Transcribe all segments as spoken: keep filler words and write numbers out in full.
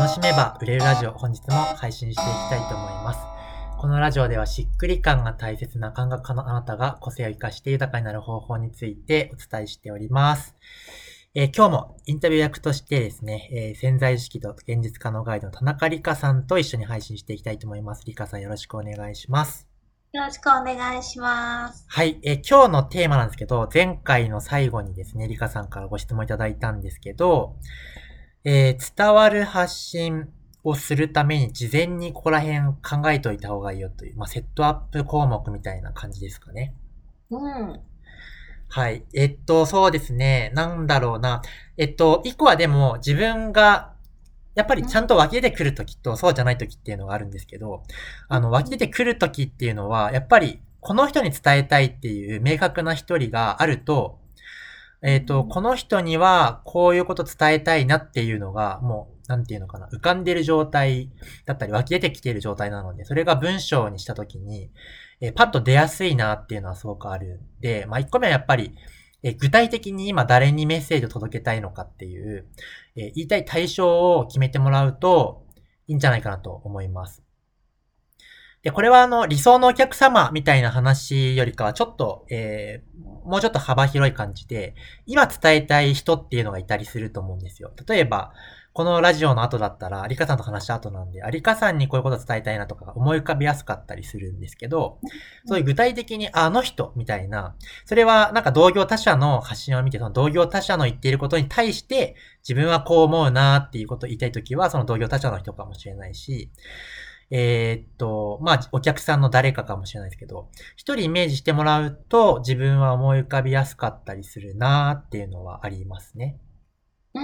楽しめば売れるラジオ、本日も配信していきたいと思います。このラジオではしっくり感が大切な感覚家のあなたが個性を生かして豊かになる方法についてお伝えしております。えー、今日もインタビュー役としてですね、えー、潜在意識と現実可能ガイドの田中理香さんと一緒に配信していきたいと思います。理香さんよろしくお願いします。 よろしくお願いします。 はい、えー、今日のテーマなんですけど、前回の最後にですね、理香さんからご質問いただいたんですけど、えー、伝わる発信をするために事前にここら辺考えておいた方がいいよという、まあ、セットアップ項目みたいな感じですかね。 うん。 はい。えっと、そうですね。なんだろうな。えっと、一個はでも自分が、やっぱりちゃんと湧き出てくるときとそうじゃないときっていうのがあるんですけど、あの、湧き出てくるときっていうのは、やっぱりこの人に伝えたいっていう明確な一人があると、えっと、この人にはこういうこと伝えたいなっていうのが、もう、なんていうのかな、浮かんでる状態だったり、湧き出てきている状態なので、それが文章にしたときに、えーパッと出やすいなっていうのはすごくあるんで、まあ、一個目はやっぱり、えー具体的に今誰にメッセージを届けたいのかっていう、えー言いたい対象を決めてもらうといいんじゃないかなと思います。で、これはあの、理想のお客様みたいな話よりかは、ちょっと、えー、もうちょっと幅広い感じで、今伝えたい人っていうのがいたりすると思うんですよ。例えば、このラジオの後だったら、アリカさんと話した後なんで、アリカさんにこういうこと伝えたいなとかが思い浮かびやすかったりするんですけど、そういう具体的に、あの人みたいな、それはなんか同業他社の発信を見て、その同業他社の言っていることに対して、自分はこう思うなっていうことを言いたいときは、その同業他社の人かもしれないし、えーっと、まあ、お客さんの誰かかもしれないですけど、一人イメージしてもらうと自分は思い浮かびやすかったりするなーっていうのはありますね。 うん。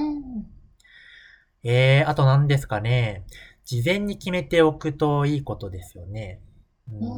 えー、あと何ですかね。事前に決めておくといいことですよね。うーうん。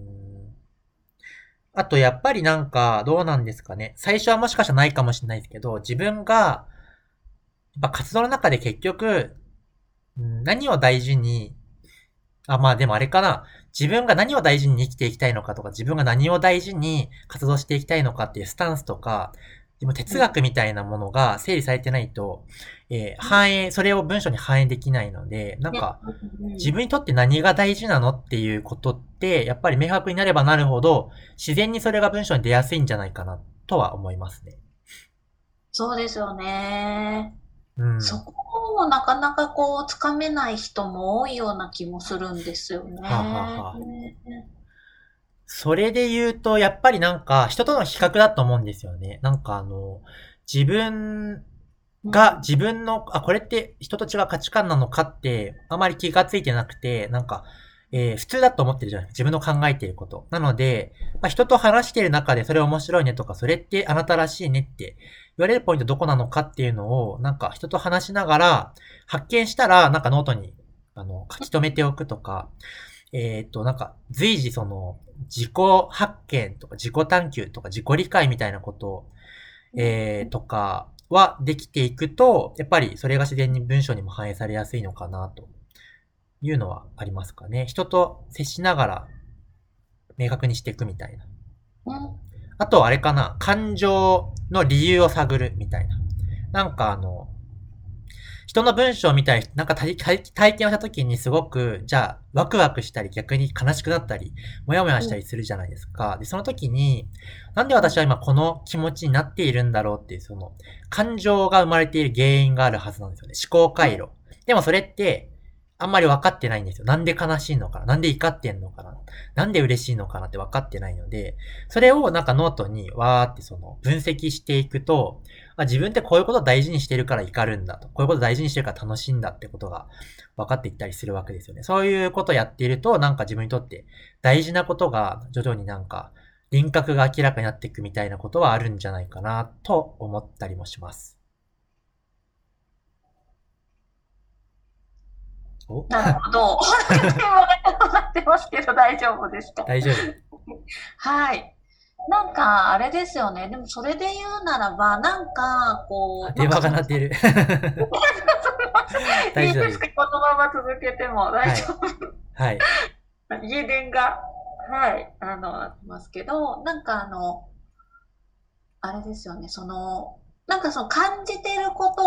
ん。あとやっぱりなんかどうなんですかね。最初はもしかしたらないかもしれないですけど、自分がやっぱ活動の中で結局、うん何を大事にあ、まあでもあれかな。自分が何を大事に生きていきたいのかとか、自分が何を大事に活動していきたいのかっていうスタンスとか、でも哲学みたいなものが整理されてないと、えー反映、それを文章に反映できないので、なんね。 か、 うん。 自分にとって何が大事なのっていうことって、やっぱり明確になればなるほど、自然にそれが文章に出やすいんじゃないかな、とは思いますね。 そうですよね。 うん。 そこもなかなかこう、つかめない人も多いような気もするんですよはあ、はあね。 はあ、それで言うと、やっぱりなんか、人との比較だと思うんですよね。なんかあの、自分がうん。 自分の、あ、これって人と違う価値観なのかって、あまり気がついてなくて、なんか、えー普通だと思ってるじゃないですか。自分の考えていること。なので、まあ、人と話している中でそれ面白いねとか、それってあなたらしいねって言われるポイントどこなのかっていうのを、なんか人と話しながら発見したら、なんかノートに、あの、書き留めておくとか、えっと、なんか、随時その、自己発見とか自己探求とか自己理解みたいなことを、えー、とかはできていくと、やっぱりそれが自然に文章にも反映されやすいのかなというのはありますかね。人と接しながら明確にしていくみたいな。 うん。 あとあれかな、感情の理由を探るみたいな。なんかあの、人の文章を見たり、なんか体体験をした時にすごく、じゃあ、ワクワクしたり、逆に悲しくなったり、もやもやしたりするじゃないですか。で、その時に、なんで私は今この気持ちになっているんだろうっていう、その、感情が生まれている原因があるはずなんですよね。思考回路。でもそれって、あんまり分かってないんですよ。なんで悲しいのかななんで怒ってんのかななんで嬉しいのかなって分かってないので、それをなんかノートにわーってその分析していくと、あ、自分ってこういうことを大事にしてるから怒るんだと。こういうことを大事にしてるから楽しいんだってことが分かっていったりするわけですよね。そういうことをやっていると、なんか自分にとって大事なことが徐々になんか輪郭が明らかになっていくみたいなことはあるんじゃないかなと思ったりもします。おなるほど。電話がちょっとなってますけど大丈夫ですか？ 大丈夫。 はい。なんか、あれですよね。でも、それで言うならば、なんか、こう、なん電話かその、 が鳴っている。大丈夫、大丈夫。 いいですか？このまま続けても大はい。 丈夫？ はい。 家電が、はい、あの、なってますけど、なんかあの、あれですよね、その、なんかその感じてること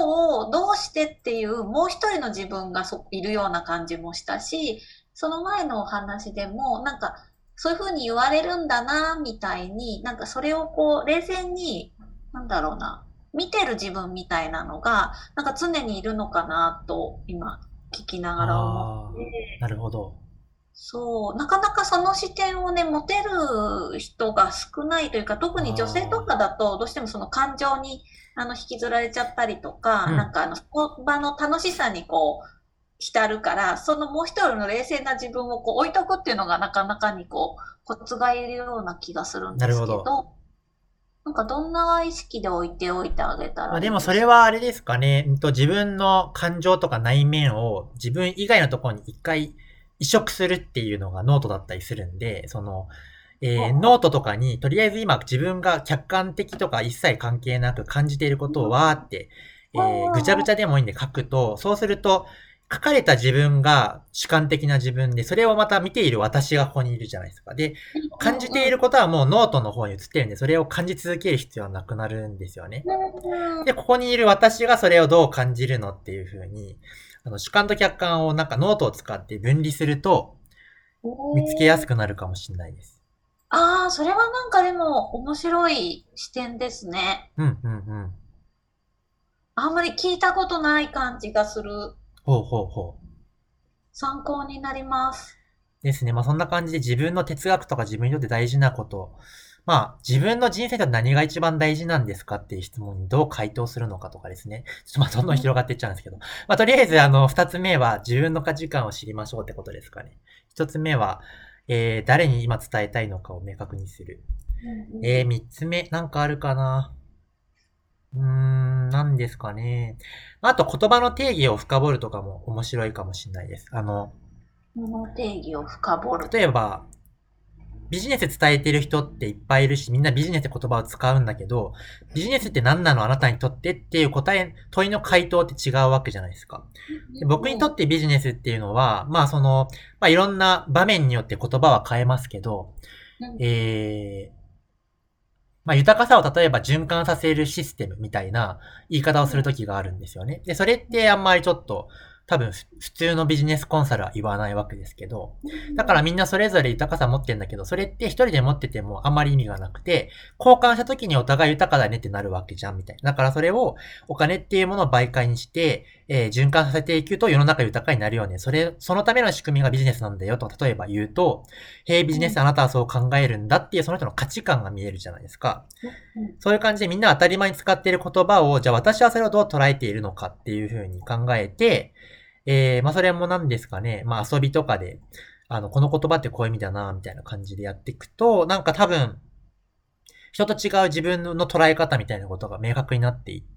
ど、どうしてっていうもう一人の自分がそいるような感じもしたし、その前のお話でも、なんか、そういうふうに言われるんだな、みたいに、なんかそれをこう、冷静に、なんだろうな、見てる自分みたいなのが、なんか常にいるのかな、と、今、聞きながら思っああ、 て、 なるほど。 そう、なかなかその視点をね、持てる人が少ないというか、特に女性とあかだと、どうしてもその感情に、あの、引きずられちゃったりとあ、 か、 うん。 なんかあの、その場の楽しさにこう、浸るから、そのもう一人の冷静な自分をこう置いとくっていうのがなかなかにこう、コツがいるような気がするんですなるほど。 けど、なんかどんな意識で置いておいてあげたまあでもそれらいいですか？ はあれですかね。うんと自分の感情とか内面を自分以外のところに一回移植するっていうのがノートだったりするんで、その、えーノートとかにとりあえず今自分が客観的とか一切関係なく感じていることをわーって、えーぐちゃぐちゃでもいいんで書くと、そうすると書かれた自分が主観的な自分で、それをまた見ている私がここにいるじゃないですか。で、感じていることはもうノートの方に移ってるんで、それを感じ続ける必要はなくなるんですよね。で、ここにいる私がそれをどう感じるのっていう風に、あの、主観と客観をなんかノートを使って分離すると、見つけやすくなるかもしれないです。 ああー、それはなんかでも面白い視点ですね。 うん、うん、うん。 あんまり聞いたことない感じがする。 ほうほうほう。 参考になります。 ですね。まあそんな感じで自分の哲学とか自分にとって大事なこと、まあ自分の人生で何が一番大事なんですかっていう質問にどう回答するのかとかですね。ちょっとまあどんどん広がっていっちゃうんですけど。まあとりあえずあの二つ目は自分の価値観を知りましょうってことですかね。一つ目は、えー、誰に今伝えたいのかを明確にする。えー、三つ目、なんかあるかな。うーん、何ですかね。あと言葉の定義を深掘るとかも面白いかもしれないです。あの、 この定義を深掘る。 例えば、ビジネスで伝えてる人っていっぱいいるし、みんなビジネスって言葉を使うんだけど、ビジネスって何なのあなたにとってっていう答え、問いの回答って違うわけじゃないですか。で僕にとってビジネスっていうのは、まあその、まあいろんな場面によって言葉は変えますけど、えー、まあ豊かさを例えば循環させるシステムみたいな言い方をするときがあるんですよね。で、それってあんまりちょっと、多分普通のビジネスコンサルは言わないわけですけど、だからみんなそれぞれ豊かさ持ってんだけど、それって一人で持っててもあんまり意味がなくて、交換した時にお互い豊かだねってなるわけじゃん、みたいな。だからそれをお金っていうものを媒介にして、えー循環させていくと世の中豊かになるよね。それ、そのための仕組みがビジネスなんだよと、例えば言うと、へえ、ビジネスあなたはそう考えるんだっていうその人の価値観が見えるじゃないですか。そういう感じでみんな当たり前に使っている言葉を、じゃあ私はそれをどう捉えているのかっていうふうに考えて、えー、まあそれも何ですかね、まあ遊びとかで、あの、この言葉ってこういう意味だな、みたいな感じでやっていくと、なんか多分、人と違う自分の捉え方みたいなことが明確になっていって、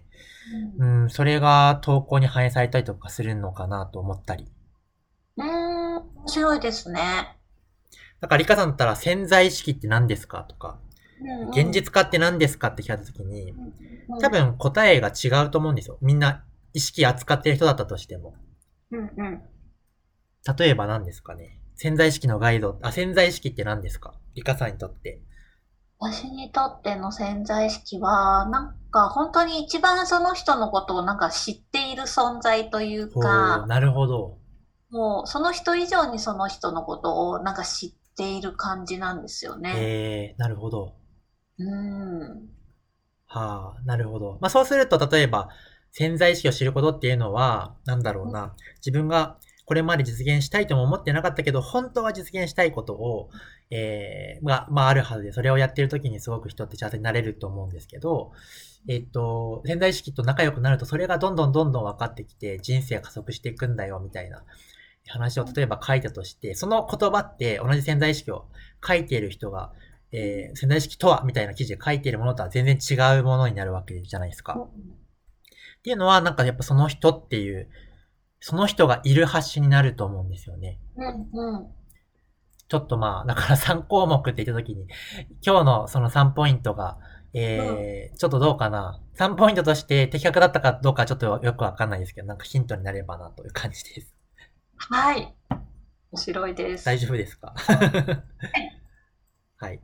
うん、それが投稿に反映されたりとかするのかなと思ったり。 うーん、面白いですね。 だからリカさんだったら潜在意識って何ですかとか、 うんうん。 現実化って何ですかって聞かれたときに、多うん分答えが違うと思うんですよ。みんな意識扱ってる人だったとしても。 うんうん。 例えば何ですかね。潜在意識のガイド、あ、潜在意識って何ですかリカさんにとって。 私にとっての潜在意識は、なんか本当に一番その人のことをなんか知っている存在というほう、 か、 なるほど。 もうその人以上にその人のことをなんか知っている感じなんですよね。 えー、なるほど。 うーん。 はあ、なるほど。まあそうすると、例えば、潜在意識を知ることっていうのは、なんだろうな。自分がこれまで実現したいとも思ってなかったけど、本当は実現したいことを、えー、が、まああるはずで、それをやってる時にすごく人って幸せになれると思うんですけど、えっと、潜在意識と仲良くなると、それがどんどんどんどん分かってきて、人生が加速していくんだよ、みたいな話を例えば書いたとして、その言葉って同じ潜在意識を書いている人が、えー、潜在意識とはみたいな記事で書いているものとは全然違うものになるわけじゃないですか。っていうのは、なんかやっぱその人っていう、その人がいる発信になると思うんですよね。 うんうん。 ちょっとまあ、だからさん項目って言った時に、今日のそのさんポイントが、 うんえー、ちょっとどうかな。さんポイントとして的確だったかどうかちょっとよくわかんないですけど、なんかヒントになればなという感じです。 はい。面白いです。 大丈夫ですかはい。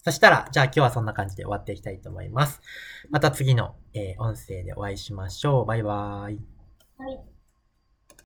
そしたら、じゃあ今日はそんな感じで終わっていきたいと思います。また次の、えー音声でお会いしましょう。バイバーイ。 はい。